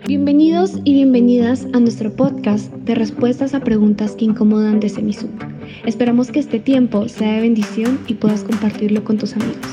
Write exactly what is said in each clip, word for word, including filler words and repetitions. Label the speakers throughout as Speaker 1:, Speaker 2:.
Speaker 1: Bienvenidos y bienvenidas a nuestro podcast de respuestas a preguntas que incomodan de Semisub. Esperamos que este tiempo sea de bendición y puedas compartirlo con tus amigos.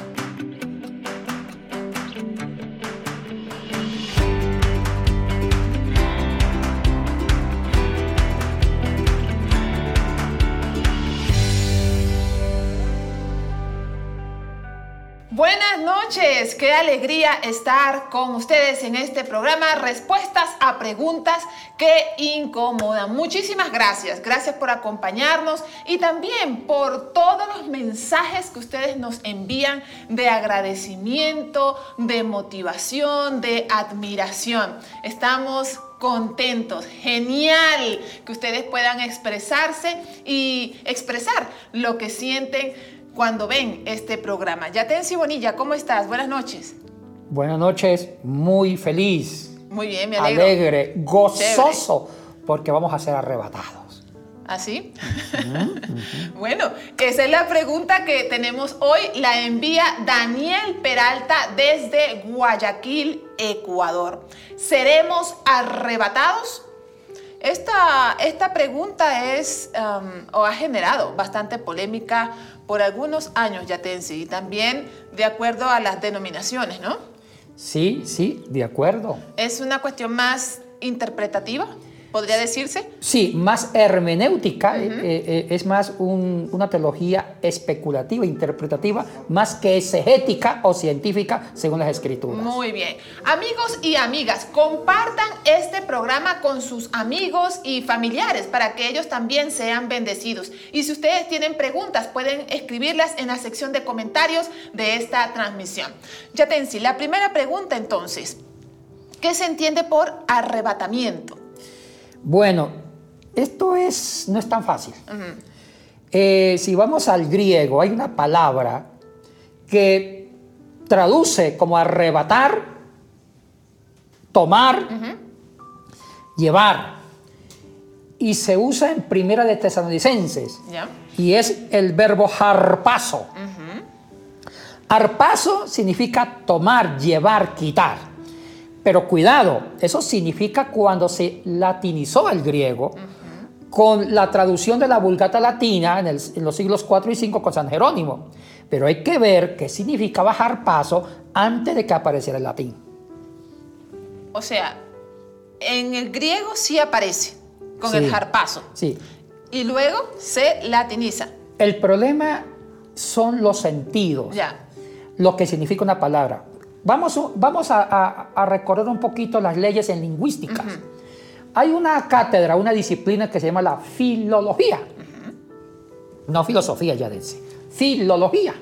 Speaker 2: Buenas noches, qué alegría estar con ustedes en este programa Respuestas a Preguntas que Incomodan. Muchísimas gracias, gracias por acompañarnos y también por todos los mensajes que ustedes nos envían de agradecimiento, de motivación, de admiración. Estamos contentos, genial que ustedes puedan expresarse y expresar lo que sienten cuando ven este programa. Yatensi Bonilla, ¿cómo estás? Buenas noches.
Speaker 3: Buenas noches, muy feliz.
Speaker 2: Muy bien, me alegro.
Speaker 3: Alegre, gozoso,
Speaker 2: Chévere.
Speaker 3: Porque vamos a ser arrebatados.
Speaker 2: ¿Así?
Speaker 3: Uh-huh, uh-huh.
Speaker 2: Bueno, esa es la pregunta que tenemos hoy. La envía Daniel Peralta desde Guayaquil, Ecuador. ¿Seremos arrebatados? Esta, esta pregunta es um, o ha generado bastante polémica por algunos años, Yatensi, y también de acuerdo a las denominaciones, ¿no?
Speaker 3: Sí, sí, de acuerdo.
Speaker 2: ¿Es una cuestión más interpretativa, podría decirse?
Speaker 3: Sí, más hermenéutica, uh-huh. eh, eh, es más un, una teología especulativa, interpretativa, más que exegética o científica según las escrituras.
Speaker 2: Muy bien. Amigos y amigas, compartan este programa con sus amigos y familiares para que ellos también sean bendecidos. Y si ustedes tienen preguntas, pueden escribirlas en la sección de comentarios de esta transmisión. Yatensi, la primera pregunta entonces, ¿qué se entiende por arrebatamiento?
Speaker 3: Bueno, esto es, no es tan fácil.
Speaker 2: Uh-huh.
Speaker 3: Eh, si vamos al griego, hay una palabra que traduce como arrebatar, tomar, uh-huh. llevar. Y se usa en Primera de Tesalonicenses.
Speaker 2: Yeah.
Speaker 3: Y es el verbo harpazo.
Speaker 2: Uh-huh.
Speaker 3: Harpazo significa tomar, llevar, quitar. Pero cuidado, eso significa cuando se latinizó el griego, uh-huh. con la traducción de la Vulgata latina en, el, en los siglos cuatro y cinco con San Jerónimo. Pero hay que ver qué significaba harpazo antes de que apareciera el latín.
Speaker 2: O sea, en el griego sí aparece con
Speaker 3: sí,
Speaker 2: el harpazo.
Speaker 3: Sí.
Speaker 2: Y luego se latiniza.
Speaker 3: El problema son los sentidos,
Speaker 2: ya.
Speaker 3: Lo que significa una palabra. Vamos, vamos a, a, a recorrer un poquito las leyes en lingüística. Uh-huh. Hay una cátedra, una disciplina que se llama la filología. Uh-huh. No filosofía, ya dice. Filología.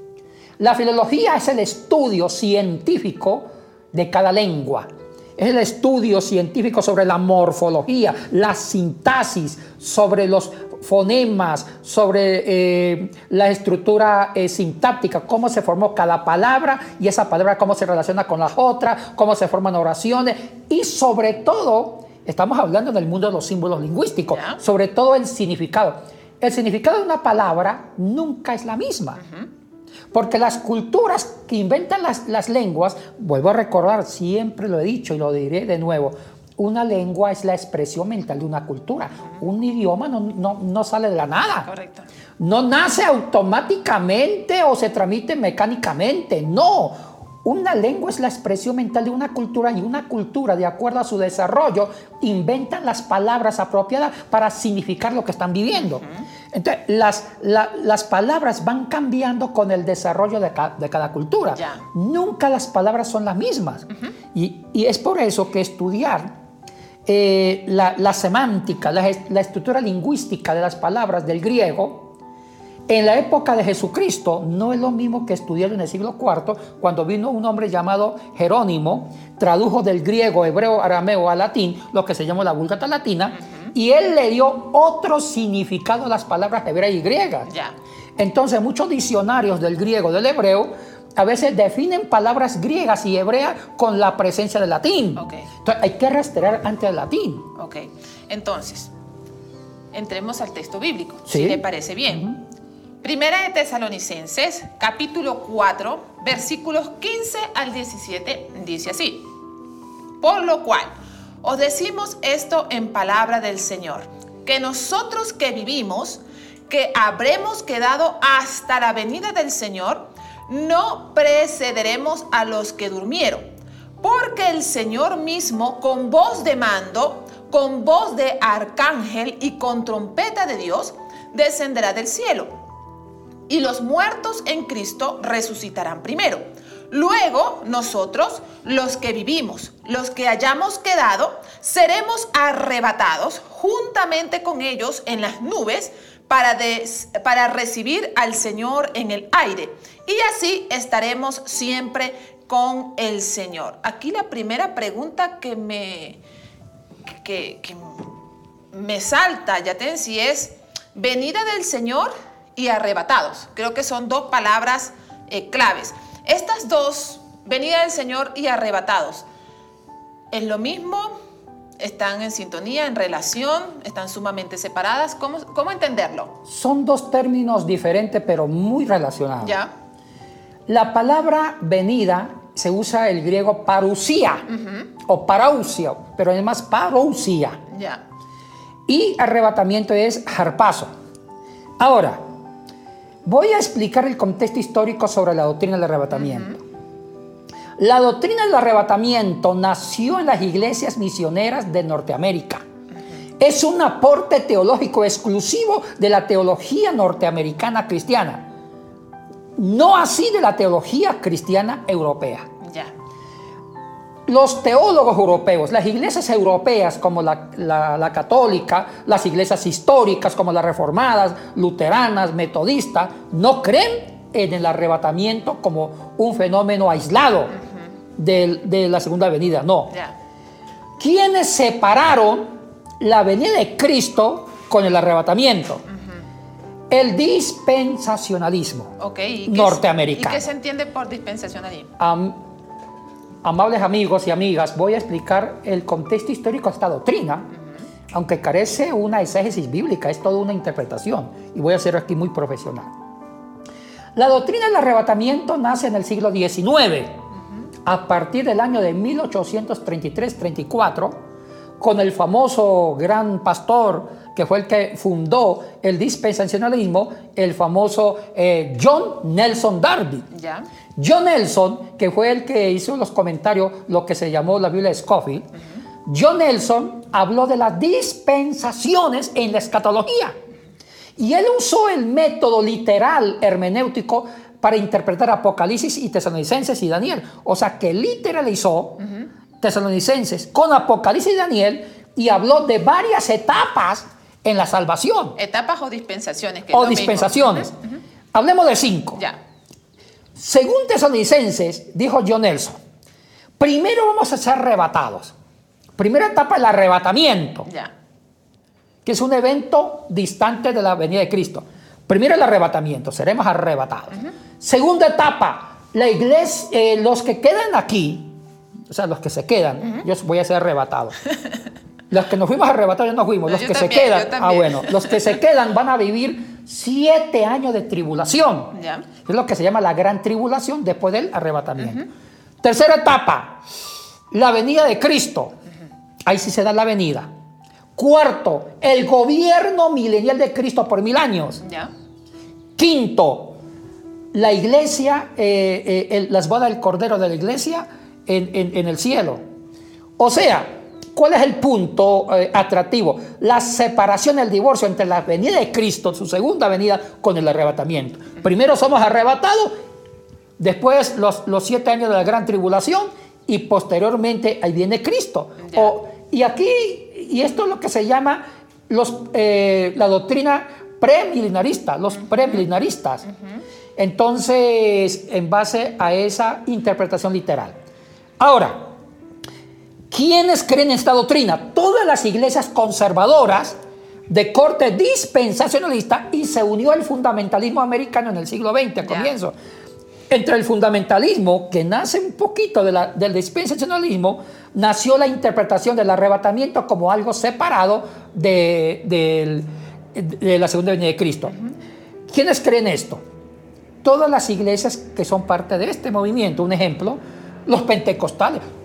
Speaker 3: La filología es el estudio científico de cada lengua. Es el estudio científico sobre la morfología, la sintaxis, sobre los fonemas, sobre eh, la estructura eh, sintáctica, cómo se formó cada palabra y esa palabra cómo se relaciona con las otras, cómo se forman oraciones y sobre todo, estamos hablando del mundo de los símbolos lingüísticos,
Speaker 2: yeah.
Speaker 3: sobre todo el significado. El significado de una palabra nunca es la misma. Uh-huh. Porque las culturas que inventan las, las lenguas, vuelvo a recordar, siempre lo he dicho y lo diré de nuevo, una lengua es la expresión mental de una cultura. Uh-huh. Un idioma no, no, no sale de la nada.
Speaker 2: Correcto.
Speaker 3: No nace automáticamente o se transmite mecánicamente. No. Una lengua es la expresión mental de una cultura y una cultura, de acuerdo a su desarrollo, inventan las palabras apropiadas para significar lo que están viviendo. Uh-huh. Entonces, las, la, las palabras van cambiando con el desarrollo de, ca, de cada cultura.
Speaker 2: Yeah.
Speaker 3: Nunca las palabras son las mismas.
Speaker 2: Uh-huh.
Speaker 3: Y, y es por eso que estudiar eh, la, la semántica, la, la estructura lingüística de las palabras del griego, en la época de Jesucristo no es lo mismo que estudiar en el siglo cuarto, cuando vino un hombre llamado Jerónimo, tradujo del griego, hebreo, arameo a latín, lo que se llamó la Vulgata latina, uh-huh. y él le dio otro significado a las palabras hebreas y griegas.
Speaker 2: Yeah.
Speaker 3: Entonces muchos diccionarios del griego, del hebreo, a veces definen palabras griegas y hebreas con la presencia del latín.
Speaker 2: Okay.
Speaker 3: Entonces hay que rastrear antes del latín.
Speaker 2: Ok, entonces, entremos al texto bíblico,
Speaker 3: ¿Sí?
Speaker 2: si le parece bien. Uh-huh. Primera de Tesalonicenses, capítulo cuatro, versículos quince al diecisiete, dice así: Por lo cual, os decimos esto en palabra del Señor, que nosotros que vivimos, que habremos quedado hasta la venida del Señor, no precederemos a los que durmieron, porque el Señor mismo, con voz de mando, con voz de arcángel y con trompeta de Dios, descenderá del cielo. Y los muertos en Cristo resucitarán primero. Luego nosotros, los que vivimos, los que hayamos quedado, seremos arrebatados juntamente con ellos en las nubes para, des, para recibir al Señor en el aire. Y así estaremos siempre con el Señor. Aquí la primera pregunta que me, que, que me salta, Yatensi, es venida del Señor y arrebatados. Creo que son dos palabras eh, claves. Estas dos, venida del Señor y arrebatados, ¿es lo mismo? ¿Están en sintonía, en relación? ¿Están sumamente separadas? ¿Cómo, cómo entenderlo?
Speaker 3: Son dos términos diferentes, pero muy relacionados.
Speaker 2: Ya.
Speaker 3: La palabra venida se usa el griego parousia, uh-huh, o parousia, pero es más parousia.
Speaker 2: Ya.
Speaker 3: Y arrebatamiento es harpazo. Ahora, voy a explicar el contexto histórico sobre la doctrina del arrebatamiento. Uh-huh. La doctrina del arrebatamiento nació en las iglesias misioneras de Norteamérica. Uh-huh. Es un aporte teológico exclusivo de la teología norteamericana cristiana, no así de la teología cristiana europea.
Speaker 2: Ya.
Speaker 3: Los teólogos europeos, las iglesias europeas como la, la, la católica, las iglesias históricas como las reformadas, luteranas, metodistas, no creen en el arrebatamiento como un fenómeno aislado, uh-huh, de, de la segunda venida, no.
Speaker 2: Yeah.
Speaker 3: ¿Quiénes separaron la venida de Cristo con el arrebatamiento? Uh-huh. El dispensacionalismo,
Speaker 2: okay, ¿y
Speaker 3: norteamericano.
Speaker 2: ¿Y qué se entiende por dispensacionalismo?
Speaker 3: Um, Amables amigos y amigas, voy a explicar el contexto histórico de esta doctrina, uh-huh, aunque carece una exégesis bíblica, es toda una interpretación, y voy a ser aquí muy profesional. La doctrina del arrebatamiento nace en el siglo diecinueve, uh-huh, a partir del año de mil ochocientos treinta y tres treinta y cuatro, con el famoso gran pastor que fue el que fundó el dispensacionalismo, el famoso eh, John Nelson Darby.
Speaker 2: Ya.
Speaker 3: John Nelson, que fue el que hizo los comentarios, lo que se llamó la Biblia de Scofield, uh-huh, John Nelson habló de las dispensaciones en la escatología. Y él usó el método literal hermenéutico para interpretar Apocalipsis y Tesalonicenses y Daniel. O sea, que literalizó uh-huh, Tesalonicenses con Apocalipsis y Daniel y habló de varias etapas en la salvación.
Speaker 2: ¿Etapas o dispensaciones? Que
Speaker 3: o dispensaciones. Uh-huh. Uh-huh. Hablemos de cinco.
Speaker 2: Ya.
Speaker 3: Según Tesalonicenses, dijo John Nelson, primero vamos a ser arrebatados. Primera etapa, el arrebatamiento,
Speaker 2: ya,
Speaker 3: que es un evento distante de la venida de Cristo. Primero el arrebatamiento, seremos arrebatados. Uh-huh. Segunda etapa, la iglesia, eh, los que quedan aquí, o sea, los que se quedan, uh-huh, yo voy a ser arrebatado. Los que nos fuimos arrebatados ya nos fuimos. Los
Speaker 2: yo
Speaker 3: que
Speaker 2: también,
Speaker 3: se quedan, ah, bueno, los que se quedan van a vivir siete años de tribulación.
Speaker 2: Ya.
Speaker 3: Es lo que se llama la gran tribulación después del arrebatamiento. Uh-huh. Tercera etapa, la venida de Cristo. Uh-huh. Ahí sí se da la venida. Cuarto, el gobierno milenial de Cristo por mil años.
Speaker 2: Ya.
Speaker 3: Quinto, la iglesia, eh, eh, el, las bodas del Cordero de la iglesia en, en, en el cielo. O sea, ¿cuál es el punto eh, atractivo? La separación, el divorcio entre la venida de Cristo, su segunda venida, con el arrebatamiento. Primero somos arrebatados, después los, los siete años de la gran tribulación y posteriormente ahí viene Cristo. O, y aquí, y esto es lo que se llama los, eh, la doctrina premilenarista, los uh-huh, premilenaristas. Uh-huh. Entonces, en base a esa interpretación literal. Ahora, ¿quiénes creen en esta doctrina? Todas las iglesias conservadoras de corte dispensacionalista, y se unió el fundamentalismo americano en el siglo veinte, a comienzo. Entre el fundamentalismo, que nace un poquito de la, del dispensacionalismo, nació la interpretación del arrebatamiento como algo separado de, de, de la segunda venida de Cristo. Uh-huh. ¿Quiénes creen esto? Todas las iglesias que son parte de este movimiento. Un ejemplo, los pentecostales.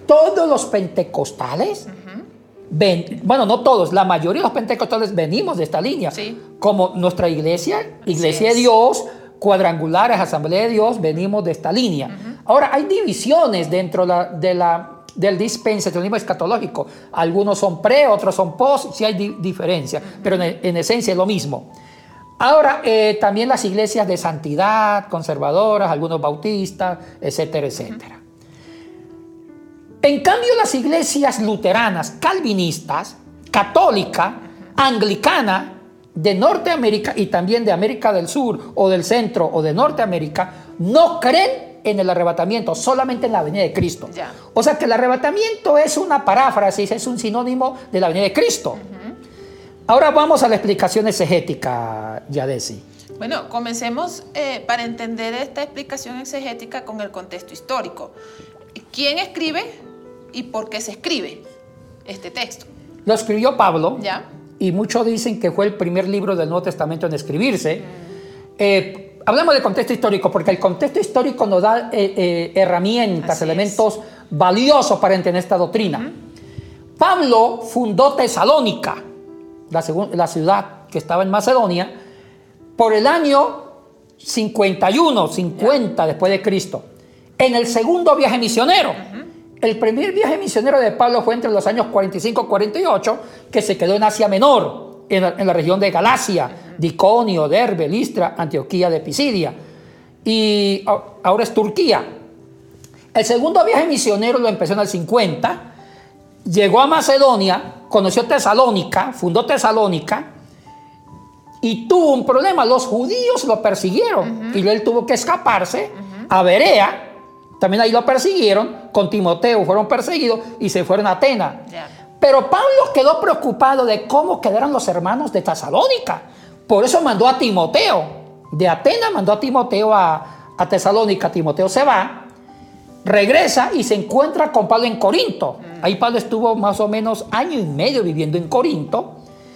Speaker 3: todos los pentecostales, uh-huh. ven, bueno, no todos, la mayoría de los pentecostales venimos de esta línea.
Speaker 2: Sí. Como
Speaker 3: nuestra iglesia, Iglesia de Dios, Cuadrangulares, Asamblea de Dios, venimos de esta línea. Uh-huh. Ahora, hay divisiones dentro la, de la, del dispensacionalismo escatológico. Algunos son pre, otros son post, sí hay di- diferencia, uh-huh. pero en, en esencia es lo mismo. Ahora, eh, también las iglesias de santidad, conservadoras, algunos bautistas, etcétera, etcétera. Uh-huh. En cambio, las iglesias luteranas, calvinistas, católica, uh-huh. anglicana, de Norteamérica y también de América del Sur o del Centro o de Norteamérica, no creen en el arrebatamiento, solamente en la venida de Cristo.
Speaker 2: Ya.
Speaker 3: O sea que el arrebatamiento es una paráfrasis, es un sinónimo de la venida de Cristo. Uh-huh. Ahora vamos a la explicación exegética, Yadesi.
Speaker 2: Bueno, comencemos eh, para entender esta explicación exegética con el contexto histórico. ¿Quién escribe y por qué se escribe este texto?
Speaker 3: Lo escribió Pablo.
Speaker 2: Ya.
Speaker 3: Y muchos dicen que fue el primer libro del Nuevo Testamento en escribirse. Mm. Eh, hablamos de contexto histórico, porque el contexto histórico nos da eh, eh, herramientas, Así elementos es. valiosos para entender esta doctrina. Uh-huh. Pablo fundó Tesalónica, la, segun, la ciudad que estaba en Macedonia, por el año cincuenta y uno, cincuenta yeah. después de Cristo, en el segundo viaje misionero. Uh-huh. El primer viaje misionero de Pablo fue entre los años cuarenta y cinco y cuarenta y ocho, que se quedó en Asia Menor, en la, en la región de Galacia, uh-huh. Diconio, Derbe, Listra, Antioquía de Pisidia. Y ahora es Turquía. El segundo viaje misionero lo empezó en el cincuenta, llegó a Macedonia, conoció Tesalónica, fundó Tesalónica, y tuvo un problema. Los judíos lo persiguieron, uh-huh. y él tuvo que escaparse uh-huh. a Berea. También ahí lo persiguieron, con Timoteo fueron perseguidos y se fueron a Atenas. Yeah. Pero Pablo quedó preocupado de cómo quedaron los hermanos de Tesalónica. Por eso mandó a Timoteo. De Atenas mandó a Timoteo a, a Tesalónica. Timoteo se va, regresa y se encuentra con Pablo en Corinto. Mm. Ahí Pablo estuvo más o menos año y medio viviendo en Corinto.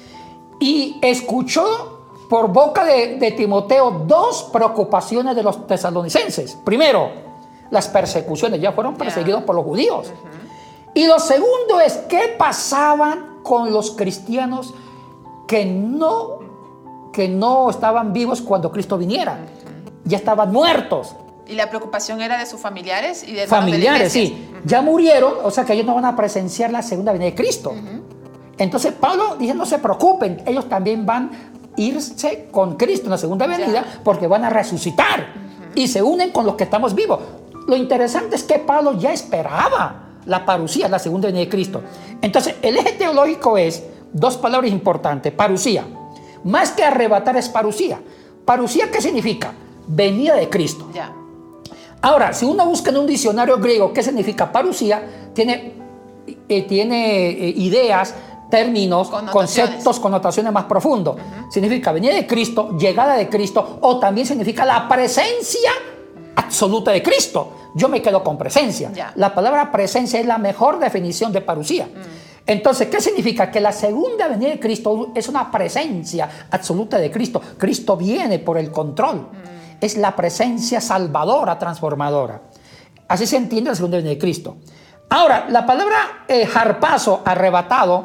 Speaker 3: Y escuchó por boca de, de Timoteo dos preocupaciones de los tesalonicenses. Primero, las persecuciones, ya fueron perseguidos yeah. por los judíos. Uh-huh. Y lo segundo es, ¿qué pasaban con los cristianos que no, que no estaban vivos cuando Cristo viniera? Uh-huh. Ya estaban muertos.
Speaker 2: ¿Y la preocupación era de sus familiares y de
Speaker 3: familiares,
Speaker 2: de
Speaker 3: sí. Uh-huh. Ya murieron, o sea que ellos no van a presenciar la segunda venida de Cristo. Uh-huh. Entonces Pablo dice, no se preocupen, ellos también van a irse con Cristo en la segunda venida yeah. porque van a resucitar. Uh-huh. Y se unen con los que estamos vivos. Lo interesante es que Pablo ya esperaba la parucía, la segunda venida de Cristo. Entonces, el eje teológico es dos palabras importantes: parucía. Más que arrebatar es parucía. ¿Parucía qué significa? Venida de Cristo.
Speaker 2: Ya.
Speaker 3: Ahora, si uno busca en un diccionario griego qué significa parucía, tiene, eh, tiene eh, ideas, términos, conceptos, connotaciones más profundos. Uh-huh. Significa venida de Cristo, llegada de Cristo, o también significa la presencia absoluta de Cristo. Yo me quedo con presencia. Yeah. La palabra presencia es la mejor definición de parucía. Mm. Entonces, ¿qué significa? Que la segunda venida de Cristo es una presencia absoluta de Cristo. Cristo viene por el control. Mm. Es la presencia salvadora, transformadora. Así se entiende la segunda venida de Cristo. Ahora, la palabra eh, harpazo, arrebatado,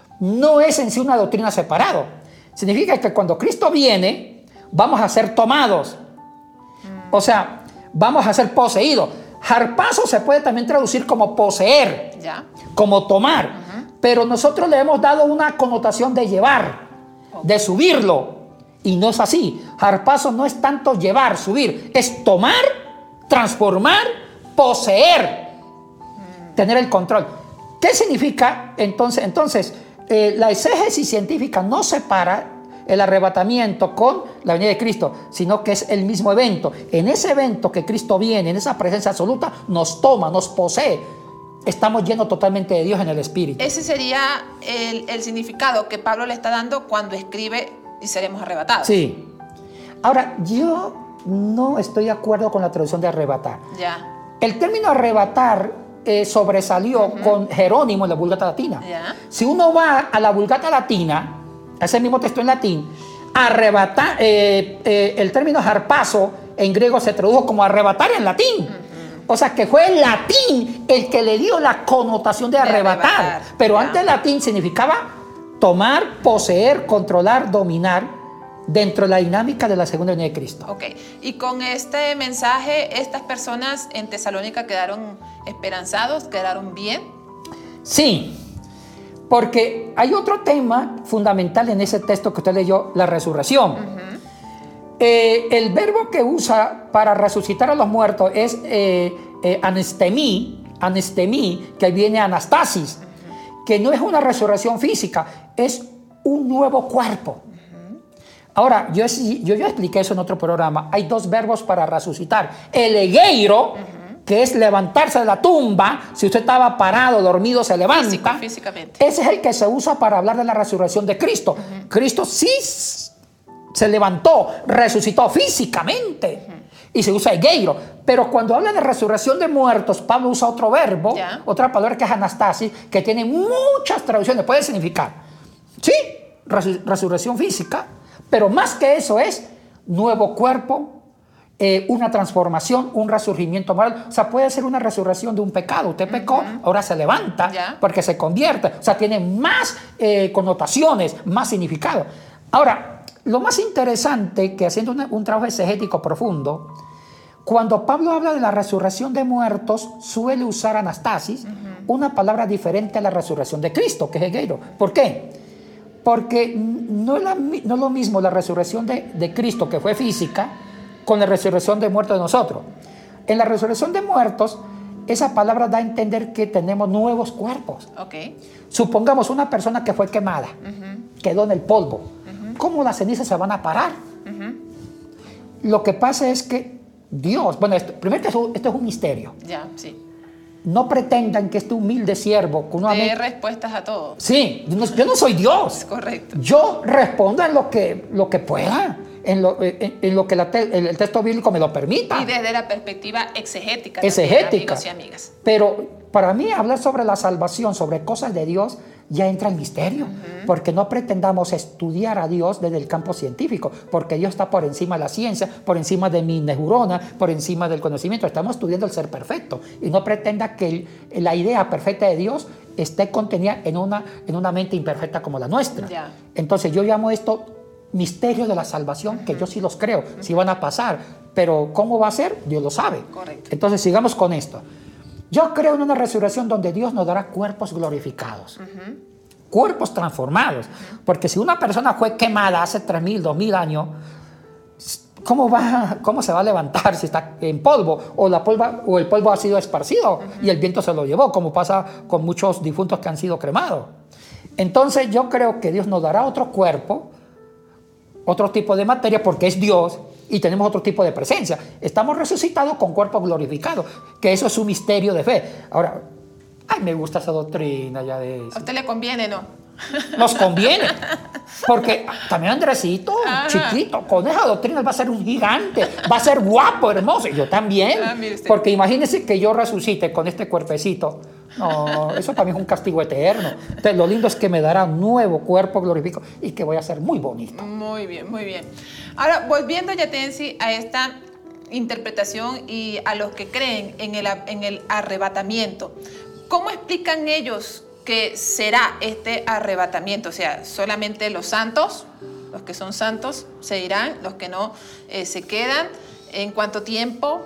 Speaker 3: no es en sí una doctrina separada. Significa que cuando Cristo viene, vamos a ser tomados. Mm. O sea, vamos a ser poseídos. Harpazo se puede también traducir como poseer, ¿ya? Como tomar. Uh-huh. Pero nosotros le hemos dado una connotación de llevar, okay. de subirlo. Y no es así. Harpazo no es tanto llevar, subir. Es tomar, transformar, poseer. Uh-huh. Tener el control. ¿Qué significa entonces? Entonces, eh, la exégesis científica no separa el arrebatamiento con la venida de Cristo, sino que es el mismo evento. En ese evento que Cristo viene, en esa presencia absoluta, nos toma, nos posee. Estamos llenos totalmente de Dios en el Espíritu.
Speaker 2: Ese sería el, el significado que Pablo le está dando cuando escribe y seremos arrebatados.
Speaker 3: Sí. Ahora, yo no estoy de acuerdo con la traducción de arrebatar.
Speaker 2: Ya.
Speaker 3: El término arrebatar eh, sobresalió uh-huh. con Jerónimo en la Vulgata Latina.
Speaker 2: Ya.
Speaker 3: Si uno va a la Vulgata Latina, ese mismo texto en latín, arrebatar, eh, eh, el término harpazo en griego se tradujo como arrebatar en latín. Uh-huh. O sea, que fue el latín el que le dio la connotación de, de arrebatar. arrebatar. Pero ya. Antes el latín significaba tomar, poseer, controlar, dominar dentro de la dinámica de la segunda venida de Cristo.
Speaker 2: Ok. Y con este mensaje, ¿estas personas en Tesalónica quedaron esperanzados, quedaron bien?
Speaker 3: Sí. Porque hay otro tema fundamental en ese texto que usted leyó, la resurrección. Uh-huh. eh, el verbo que usa para resucitar a los muertos es eh, eh, anestemí, anestemí, que viene anastasis, uh-huh. que no es una resurrección física, es un nuevo cuerpo. Uh-huh. Ahora, yo, yo, yo expliqué eso en otro programa. Hay dos verbos para resucitar. El egeiro, uh-huh. que es levantarse de la tumba. Si usted estaba parado, dormido, se levanta.
Speaker 2: Físico, físicamente.
Speaker 3: Ese es el que se usa para hablar de la resurrección de Cristo. Uh-huh. Cristo sí se levantó, resucitó físicamente. Uh-huh. Y se usa egeiro. Pero cuando habla de resurrección de muertos, Pablo usa otro verbo, yeah. otra palabra que es anastasis, que tiene muchas traducciones. Puede significar, sí, res- resurrección física, pero más que eso es nuevo cuerpo, Eh, una transformación, un resurgimiento moral. O sea, puede ser una resurrección de un pecado. Usted pecó, uh-huh. ahora se levanta yeah. porque se convierte. O sea, tiene más eh, connotaciones, más significado. Ahora, lo más interesante que haciendo una, un trabajo exegético profundo, cuando Pablo habla de la resurrección de muertos, suele usar anastasis, uh-huh. una palabra diferente a la resurrección de Cristo, que es egeiro. ¿Por qué? Porque no es, la, no es lo mismo la resurrección de, de Cristo, que fue física, con la resurrección de muertos de nosotros. En la resurrección de muertos, esa palabra da a entender que tenemos nuevos cuerpos.
Speaker 2: Okay.
Speaker 3: Supongamos una persona que fue quemada, uh-huh. quedó en el polvo. Uh-huh. ¿Cómo las cenizas se van a parar? Uh-huh. Lo que pasa es que Dios, bueno, esto, primero que esto, esto es un misterio.
Speaker 2: Ya, sí.
Speaker 3: No pretendan que este humilde siervo... Que uno
Speaker 2: dé respuestas a todo.
Speaker 3: Sí, yo no, yo no soy Dios.
Speaker 2: Correcto.
Speaker 3: Yo respondo en lo que, lo que pueda. En lo, en, en lo que la te, el, el texto bíblico me lo permita.
Speaker 2: Y desde la perspectiva exegética.
Speaker 3: Exegética.
Speaker 2: También, amigos y amigas.
Speaker 3: Pero para mí hablar sobre la salvación, sobre cosas de Dios, ya entra el misterio. Uh-huh. Porque no pretendamos estudiar a Dios desde el campo científico, porque Dios está por encima de la ciencia, por encima de mi neurona, por encima del conocimiento. Estamos estudiando el ser perfecto. Y no pretenda que el, la idea perfecta de Dios esté contenida en una, en una mente imperfecta como la nuestra.
Speaker 2: Yeah.
Speaker 3: Entonces yo llamo esto misterios de la salvación, uh-huh. que yo sí los creo, uh-huh. sí van a pasar, pero ¿cómo va a ser? Dios lo sabe.
Speaker 2: Correcto.
Speaker 3: Entonces sigamos con esto. Yo creo en una resurrección donde Dios nos dará cuerpos glorificados, uh-huh. cuerpos transformados, uh-huh. porque si una persona fue quemada hace tres mil, dos mil años, ¿cómo, va, ¿cómo se va a levantar si está en polvo? O, la polva, o el polvo ha sido esparcido uh-huh. y el viento se lo llevó, como pasa con muchos difuntos que han sido cremados. Entonces yo creo que Dios nos dará otro cuerpo, otro tipo de materia, porque es Dios y tenemos otro tipo de presencia. Estamos resucitados con cuerpos glorificados, que eso es un misterio de fe. Ahora, ay, me gusta esa doctrina ya de eso.
Speaker 2: ¿A usted le conviene, no?
Speaker 3: Nos conviene, porque también Andresito,
Speaker 2: Ajá.
Speaker 3: chiquito, con esa doctrina va a ser un gigante, va a ser guapo, hermoso, y yo también,
Speaker 2: ah,
Speaker 3: porque imagínese que yo resucite con este cuerpecito. No, eso para mí es un castigo eterno. Entonces, lo lindo es que me dará un nuevo cuerpo glorificado y que voy a ser muy bonito.
Speaker 2: Muy bien, muy bien. Ahora, volviendo, Yatensi, a esta interpretación y a los que creen en el, en el arrebatamiento, ¿cómo explican ellos que será este arrebatamiento? O sea, solamente los santos, los que son santos, se irán, los que no eh, se quedan. ¿En cuánto tiempo?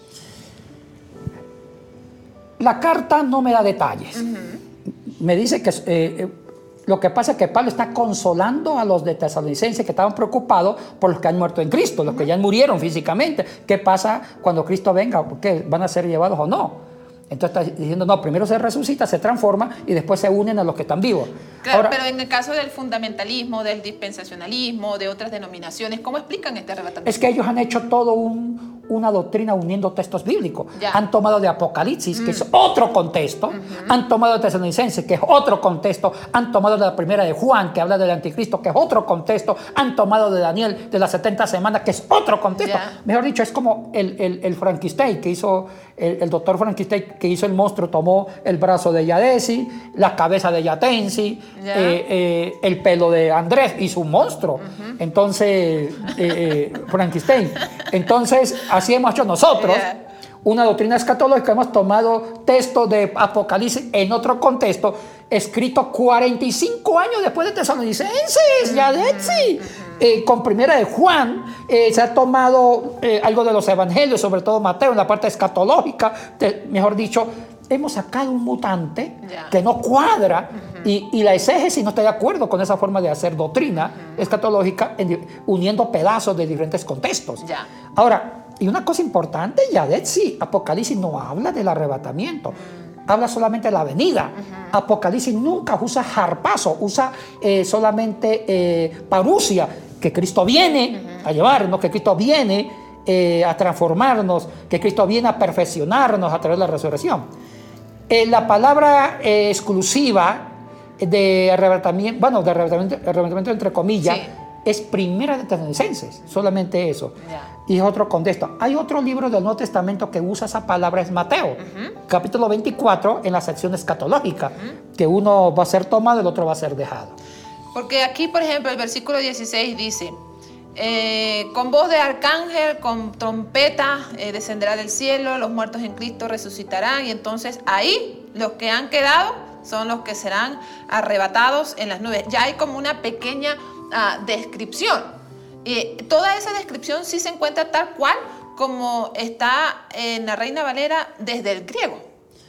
Speaker 3: La carta no me da detalles. Uh-huh. Me dice que eh, lo que pasa es que Pablo está consolando a los de Tesalonicenses que estaban preocupados por los que han muerto en Cristo, los uh-huh. que ya murieron físicamente. ¿Qué pasa cuando Cristo venga? ¿Qué, ¿Van a ser llevados o no? Entonces está diciendo, no, primero se resucita, se transforma y después se unen a los que están vivos.
Speaker 2: Claro,
Speaker 3: ahora,
Speaker 2: pero en el caso del fundamentalismo, del dispensacionalismo, de otras denominaciones, ¿cómo explican este arrebatamiento?
Speaker 3: Es que ellos han hecho todo un, una doctrina uniendo textos bíblicos.
Speaker 2: Ya.
Speaker 3: Han tomado de Apocalipsis, mm. que es otro contexto, uh-huh. han tomado de Tesalonicenses, que es otro contexto, han tomado de la primera de Juan, que habla del anticristo, que es otro contexto, han tomado de Daniel, de las setenta semanas, que es otro contexto.
Speaker 2: Ya.
Speaker 3: Mejor dicho, es como el, el, el Frankenstein, que hizo el, el doctor Frankenstein, que hizo el monstruo, tomó el brazo de Yadesi, la cabeza de Yatensi, eh, eh, el pelo de Andrés, hizo un monstruo. Uh-huh. Entonces, eh, eh, Frankenstein. Entonces, así hemos hecho nosotros.
Speaker 2: Yeah.
Speaker 3: una doctrina escatológica. Hemos tomado textos de Apocalipsis en otro contexto, escrito cuarenta y cinco años después de Tesalonicenses, ya de sí. Eh, con Primera de Juan, eh, se ha tomado eh, algo de los evangelios, sobre todo Mateo, en la parte escatológica, te, mejor dicho, hemos sacado un mutante yeah. que no cuadra uh-huh. y, y la exégesis no está de acuerdo con esa forma de hacer doctrina uh-huh. escatológica, en, uniendo pedazos de diferentes contextos. Yeah. Ahora, y una cosa importante, Yadet, sí, Apocalipsis no habla del arrebatamiento. Uh-huh. Habla solamente de la venida. Uh-huh. Apocalipsis nunca usa harpazo, usa eh, solamente eh, parusia, que Cristo viene uh-huh. a llevarnos, que Cristo viene eh, a transformarnos, que Cristo viene a perfeccionarnos a través de la resurrección. Eh, la palabra eh, exclusiva de arrebatamiento, bueno, de arrebatamiento, arrebatamiento entre comillas, sí. es Primera de Tesalonicenses, solamente eso. Yeah. Y es otro contexto. Hay otro libro del Nuevo Testamento que usa esa palabra, es Mateo, uh-huh. capítulo veinticuatro, en la sección escatológica, uh-huh. que uno va a ser tomado y el otro va a ser dejado.
Speaker 2: Porque aquí, por ejemplo, el versículo dieciséis dice, eh, con voz de arcángel, con trompeta, eh, descenderá del cielo, los muertos en Cristo resucitarán, y entonces ahí los que han quedado son los que serán arrebatados en las nubes. Ya hay como una pequeña uh, descripción. Y toda esa descripción sí se encuentra tal cual como está en la Reina Valera desde el griego.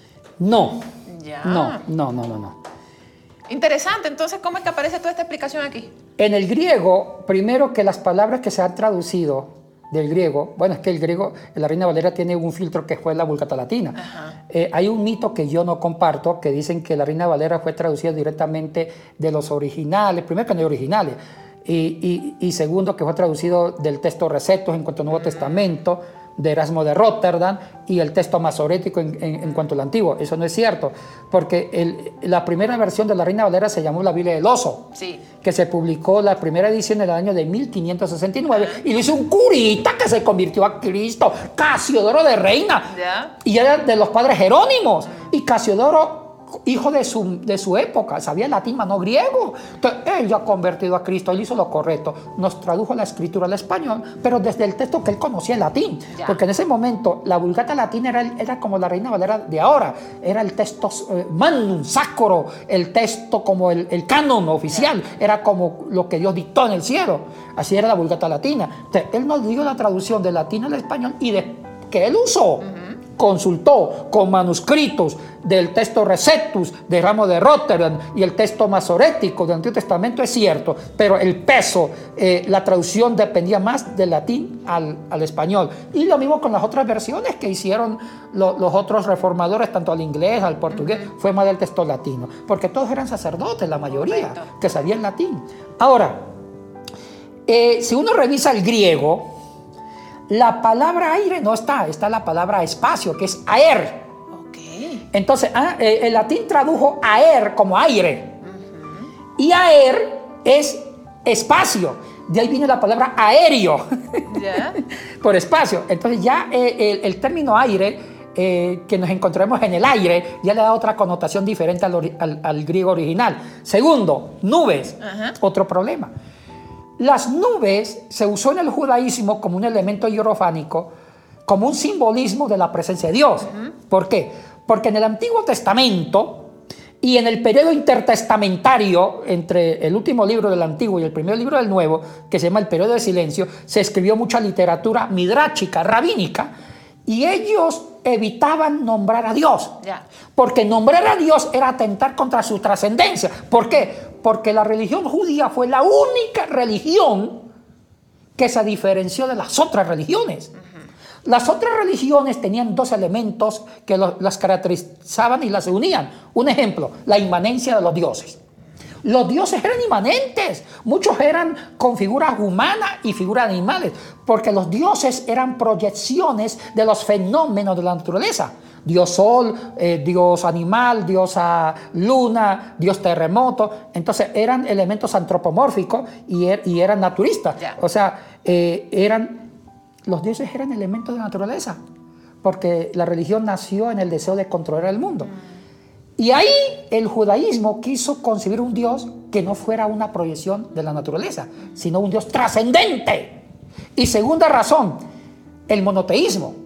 Speaker 3: No,
Speaker 2: ya.
Speaker 3: no, no, no, no, no.
Speaker 2: Interesante, entonces, ¿cómo es que aparece toda esta explicación aquí?
Speaker 3: En el griego, primero que las palabras que se han traducido del griego, bueno, es que el griego, la Reina Valera tiene un filtro que fue la Vulgata Latina. Eh, hay un mito que yo no comparto, que dicen que la Reina Valera fue traducida directamente de los originales, primero que no hay originales, y, y, y segundo que fue traducido del texto Recetos en cuanto al Nuevo uh-huh. Testamento, de Erasmo de Rotterdam, y el texto masorético en, en, en cuanto al Antiguo. Eso no es cierto, porque el, la primera versión de la Reina Valera se llamó la Biblia del Oso,
Speaker 2: sí. que
Speaker 3: se publicó la primera edición en el año de mil quinientos sesenta y nueve, y lo hizo un curita que se convirtió a Cristo, Casiodoro de Reina,
Speaker 2: ¿Ya?
Speaker 3: y era de los padres Jerónimos, y Casiodoro, hijo de su, de su época, sabía latín, no griego. Entonces, él ya convertido a Cristo, él hizo lo correcto, nos tradujo la escritura al español, pero desde el texto que él conocía en latín, ya. porque en ese momento la Vulgata Latina era, era como la Reina Valera de ahora, era el texto eh, magnum, sacro, el texto como el, el canon oficial, ya. era como lo que Dios dictó en el cielo, así era la Vulgata Latina. Entonces, él nos dio la traducción de latín al español y de, que él usó. Uh-huh. Consultó con manuscritos del texto Recetus de Erasmo de Rotterdam y el texto masorético del Antiguo Testamento, es cierto, pero el peso, eh, la traducción dependía más del latín al, al español. Y lo mismo con las otras versiones que hicieron lo, los otros reformadores, tanto al inglés, al portugués, uh-huh. fue más del texto latino, porque todos eran sacerdotes, la mayoría, Correcto. que sabían latín. Ahora, eh, si uno revisa el griego, la palabra aire no está, está la palabra espacio, que es aer.
Speaker 2: Okay.
Speaker 3: Entonces, ah, eh, el latín tradujo aer como aire. Uh-huh. Y aer es espacio. De ahí viene la palabra aéreo.
Speaker 2: Yeah.
Speaker 3: Por espacio. Entonces, ya eh, el, el término aire, eh, que nos encontremos en el aire, ya le da otra connotación diferente al, ori- al, al griego original. Segundo, nubes. Uh-huh. Otro problema. Las nubes se usó en el judaísmo como un elemento hierofánico, como un simbolismo de la presencia de Dios. Uh-huh. ¿Por qué? Porque en el Antiguo Testamento y en el periodo intertestamentario entre el último libro del Antiguo y el primer libro del Nuevo, que se llama el periodo de silencio, se escribió mucha literatura midráchica, rabínica, y ellos evitaban nombrar a Dios,
Speaker 2: yeah.
Speaker 3: porque nombrar a Dios era atentar contra su trascendencia. ¿Por qué? Porque la religión judía fue la única religión que se diferenció de las otras religiones. Uh-huh. Las otras religiones tenían dos elementos que lo, las caracterizaban y las unían. Un ejemplo, la inmanencia de los dioses. Los dioses eran inmanentes, muchos eran con figuras humanas y figuras animales, porque los dioses eran proyecciones de los fenómenos de la naturaleza. Dios sol, eh, Dios animal, diosa luna, Dios terremoto. Entonces eran elementos antropomórficos y, er, y eran naturistas. Yeah. O sea, eh, eran, los dioses eran elementos de la naturaleza, porque la religión nació en el deseo de controlar el mundo. Mm. Y ahí el judaísmo quiso concebir un Dios que no fuera una proyección de la naturaleza, sino un Dios trascendente. Y segunda razón, el monoteísmo.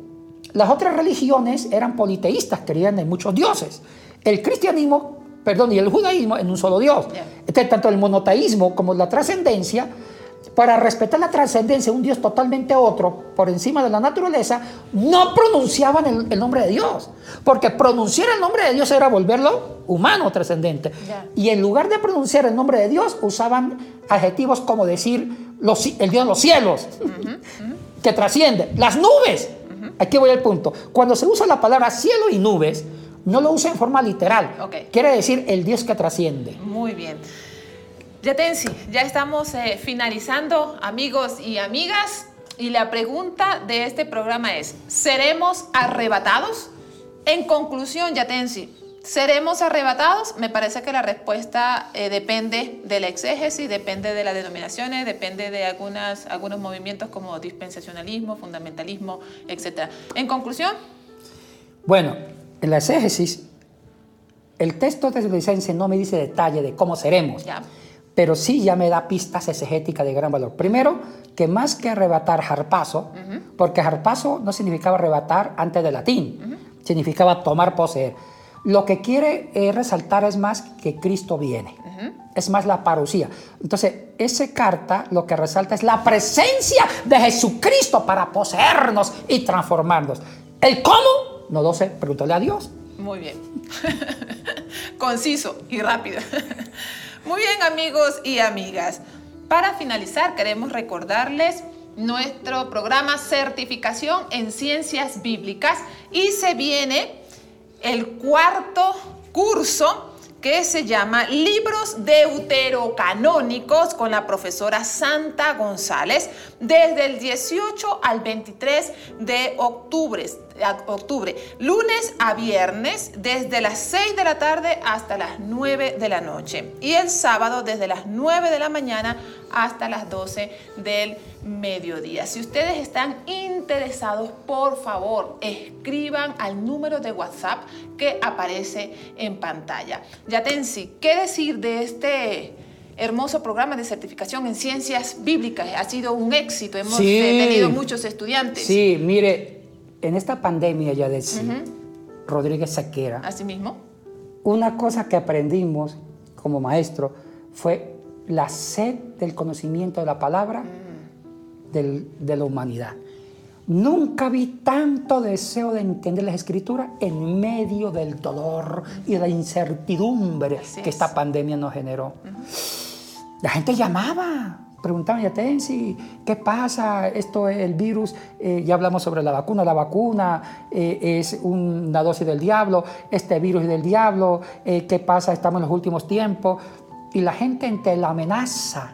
Speaker 3: las otras religiones eran politeístas, creían en muchos dioses. El cristianismo, perdón, y el judaísmo en un solo Dios.
Speaker 2: Yeah.
Speaker 3: Este, tanto el monoteísmo como la trascendencia, para respetar la trascendencia, un Dios totalmente otro, por encima de la naturaleza, no pronunciaban el, el nombre de Dios. Porque pronunciar el nombre de Dios era volverlo humano, trascendente.
Speaker 2: Yeah.
Speaker 3: Y en lugar de pronunciar el nombre de Dios, usaban adjetivos como decir los, el Dios de los cielos, uh-huh, uh-huh. que trasciende. Las nubes. Uh-huh. Aquí voy al punto. Cuando se usa la palabra cielo y nubes, no lo usa en forma literal.
Speaker 2: Okay.
Speaker 3: Quiere decir el Dios que trasciende.
Speaker 2: Muy bien. Yatensi, ya estamos eh, finalizando, amigos y amigas, y la pregunta de este programa es, ¿seremos arrebatados? En conclusión, Yatensi, ¿seremos arrebatados? Me parece que la respuesta eh, depende de la exégesis, depende de las denominaciones, depende de algunas, algunos movimientos como dispensacionalismo, fundamentalismo, etcétera. En conclusión.
Speaker 3: Bueno, en la exégesis, el texto de Tesalonicenses no me dice detalle de cómo seremos.
Speaker 2: Ya.
Speaker 3: Pero sí ya me da pistas exegéticas de gran valor. Primero, que más que arrebatar, harpazo, uh-huh. porque harpazo no significaba arrebatar antes del latín, uh-huh. significaba tomar, poseer. Lo que quiere eh, resaltar es más que Cristo viene, uh-huh. es más la parusía. Entonces, esa carta lo que resalta es la presencia de Jesucristo para poseernos y transformarnos. ¿El cómo? No lo sé, pregúntale a Dios.
Speaker 2: Muy bien. Conciso y rápido. Muy bien, amigos y amigas. Para finalizar, queremos recordarles nuestro programa Certificación en Ciencias Bíblicas y se viene el cuarto curso que se llama Libros Deuterocanónicos con la profesora Santa González desde el dieciocho al veintitrés de octubre. octubre, lunes a viernes desde las seis de la tarde hasta las nueve de la noche y el sábado desde las nueve de la mañana hasta las doce del mediodía. Si ustedes están interesados, por favor, escriban al número de WhatsApp que aparece en pantalla. Yatensi, ¿qué decir de este hermoso programa de certificación en ciencias bíblicas? Ha sido un éxito, hemos
Speaker 3: sí,
Speaker 2: tenido muchos estudiantes.
Speaker 3: Sí, mire, en esta pandemia, ya decía uh-huh. Rodríguez Sequera,
Speaker 2: así mismo,
Speaker 3: una cosa que aprendimos como maestro fue la sed del conocimiento de la palabra uh-huh. del, de la humanidad. Nunca vi tanto deseo de entender las escrituras en medio del dolor y de la incertidumbre así que es. Esta pandemia nos generó. Uh-huh. La gente llamaba. Preguntaban, Yatensi, ¿qué pasa? Esto es el virus, eh, ya hablamos sobre la vacuna, la vacuna eh, es una dosis del diablo, este virus es del diablo, eh, ¿qué pasa? Estamos en los últimos tiempos. Y la gente ante la amenaza,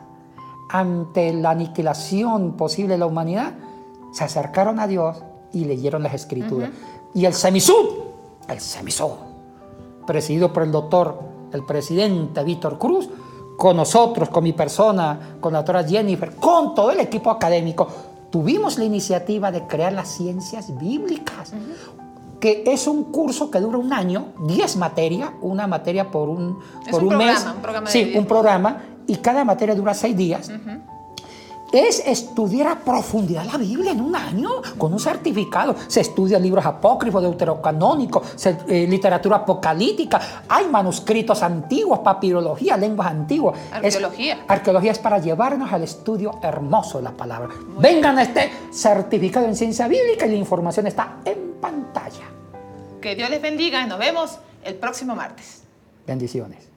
Speaker 3: ante la aniquilación posible de la humanidad, se acercaron a Dios y leyeron las escrituras. Uh-huh. Y el Semisud, el Semisud, presidido por el doctor, el presidente Víctor Cruz, con nosotros, con mi persona, con la doctora Jennifer, con todo el equipo académico, tuvimos la iniciativa de crear las ciencias bíblicas, uh-huh. que es un curso que dura un año, diez materias, una materia por un, por un, un
Speaker 2: programa,
Speaker 3: mes.
Speaker 2: Un programa
Speaker 3: sí,
Speaker 2: de
Speaker 3: un programa, y cada materia dura seis días.
Speaker 2: Uh-huh.
Speaker 3: Es estudiar a profundidad la Biblia en un año con un certificado. Se estudian libros apócrifos, deuterocanónicos, se, eh, literatura apocalíptica, hay manuscritos antiguos, papirología, lenguas antiguas.
Speaker 2: Arqueología.
Speaker 3: Es, arqueología es para llevarnos al estudio hermoso de la palabra. Muy Vengan bien. A este certificado en ciencia bíblica y la información está en pantalla.
Speaker 2: Que Dios les bendiga y nos vemos el próximo martes.
Speaker 3: Bendiciones.